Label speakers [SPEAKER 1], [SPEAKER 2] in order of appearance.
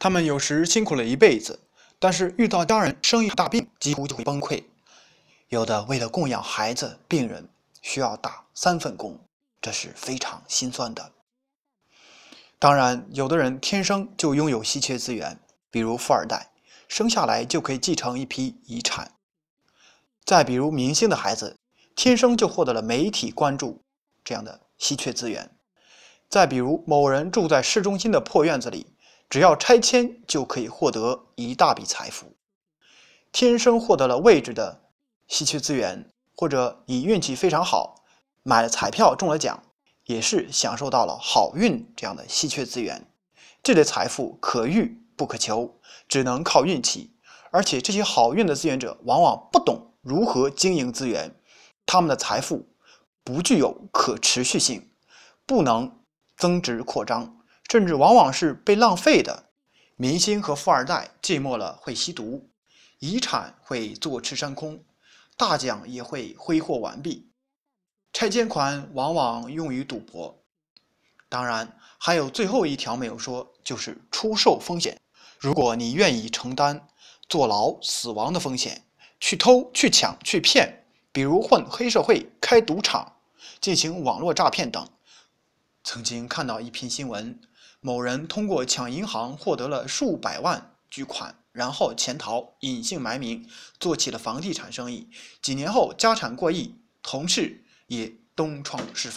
[SPEAKER 1] 他们有时辛苦了一辈子，但是遇到家人生一场大病，几乎就会崩溃。有的为了供养孩子、病人，需要打3份工，这是非常心酸的。当然，有的人天生就拥有稀缺资源，比如富二代，生下来就可以继承一批遗产。再比如明星的孩子，天生就获得了媒体关注这样的稀缺资源。再比如某人住在市中心的破院子里，只要拆迁就可以获得一大笔财富。天生获得了位置的稀缺资源，或者你运气非常好，买了彩票中了奖，也是享受到了好运这样的稀缺资源。这类财富可遇不可求，只能靠运气。而且这些好运的资源者往往不懂如何经营资源，他们的财富不具有可持续性，不能增值扩张，甚至往往是被浪费的。明星和富二代寂寞了会吸毒，遗产会坐吃山空，大奖也会挥霍完毕，拆迁款往往用于赌博。当然，还有最后一条没有说，就是出售风险。如果你愿意承担坐牢、死亡的风险，去偷、去抢、去骗，比如混黑社会、开赌场、进行网络诈骗等。曾经看到一篇新闻，某人通过抢银行获得了数百万巨款，然后潜逃，隐姓埋名，做起了房地产生意。几年后家产过亿，同事也东窗事发。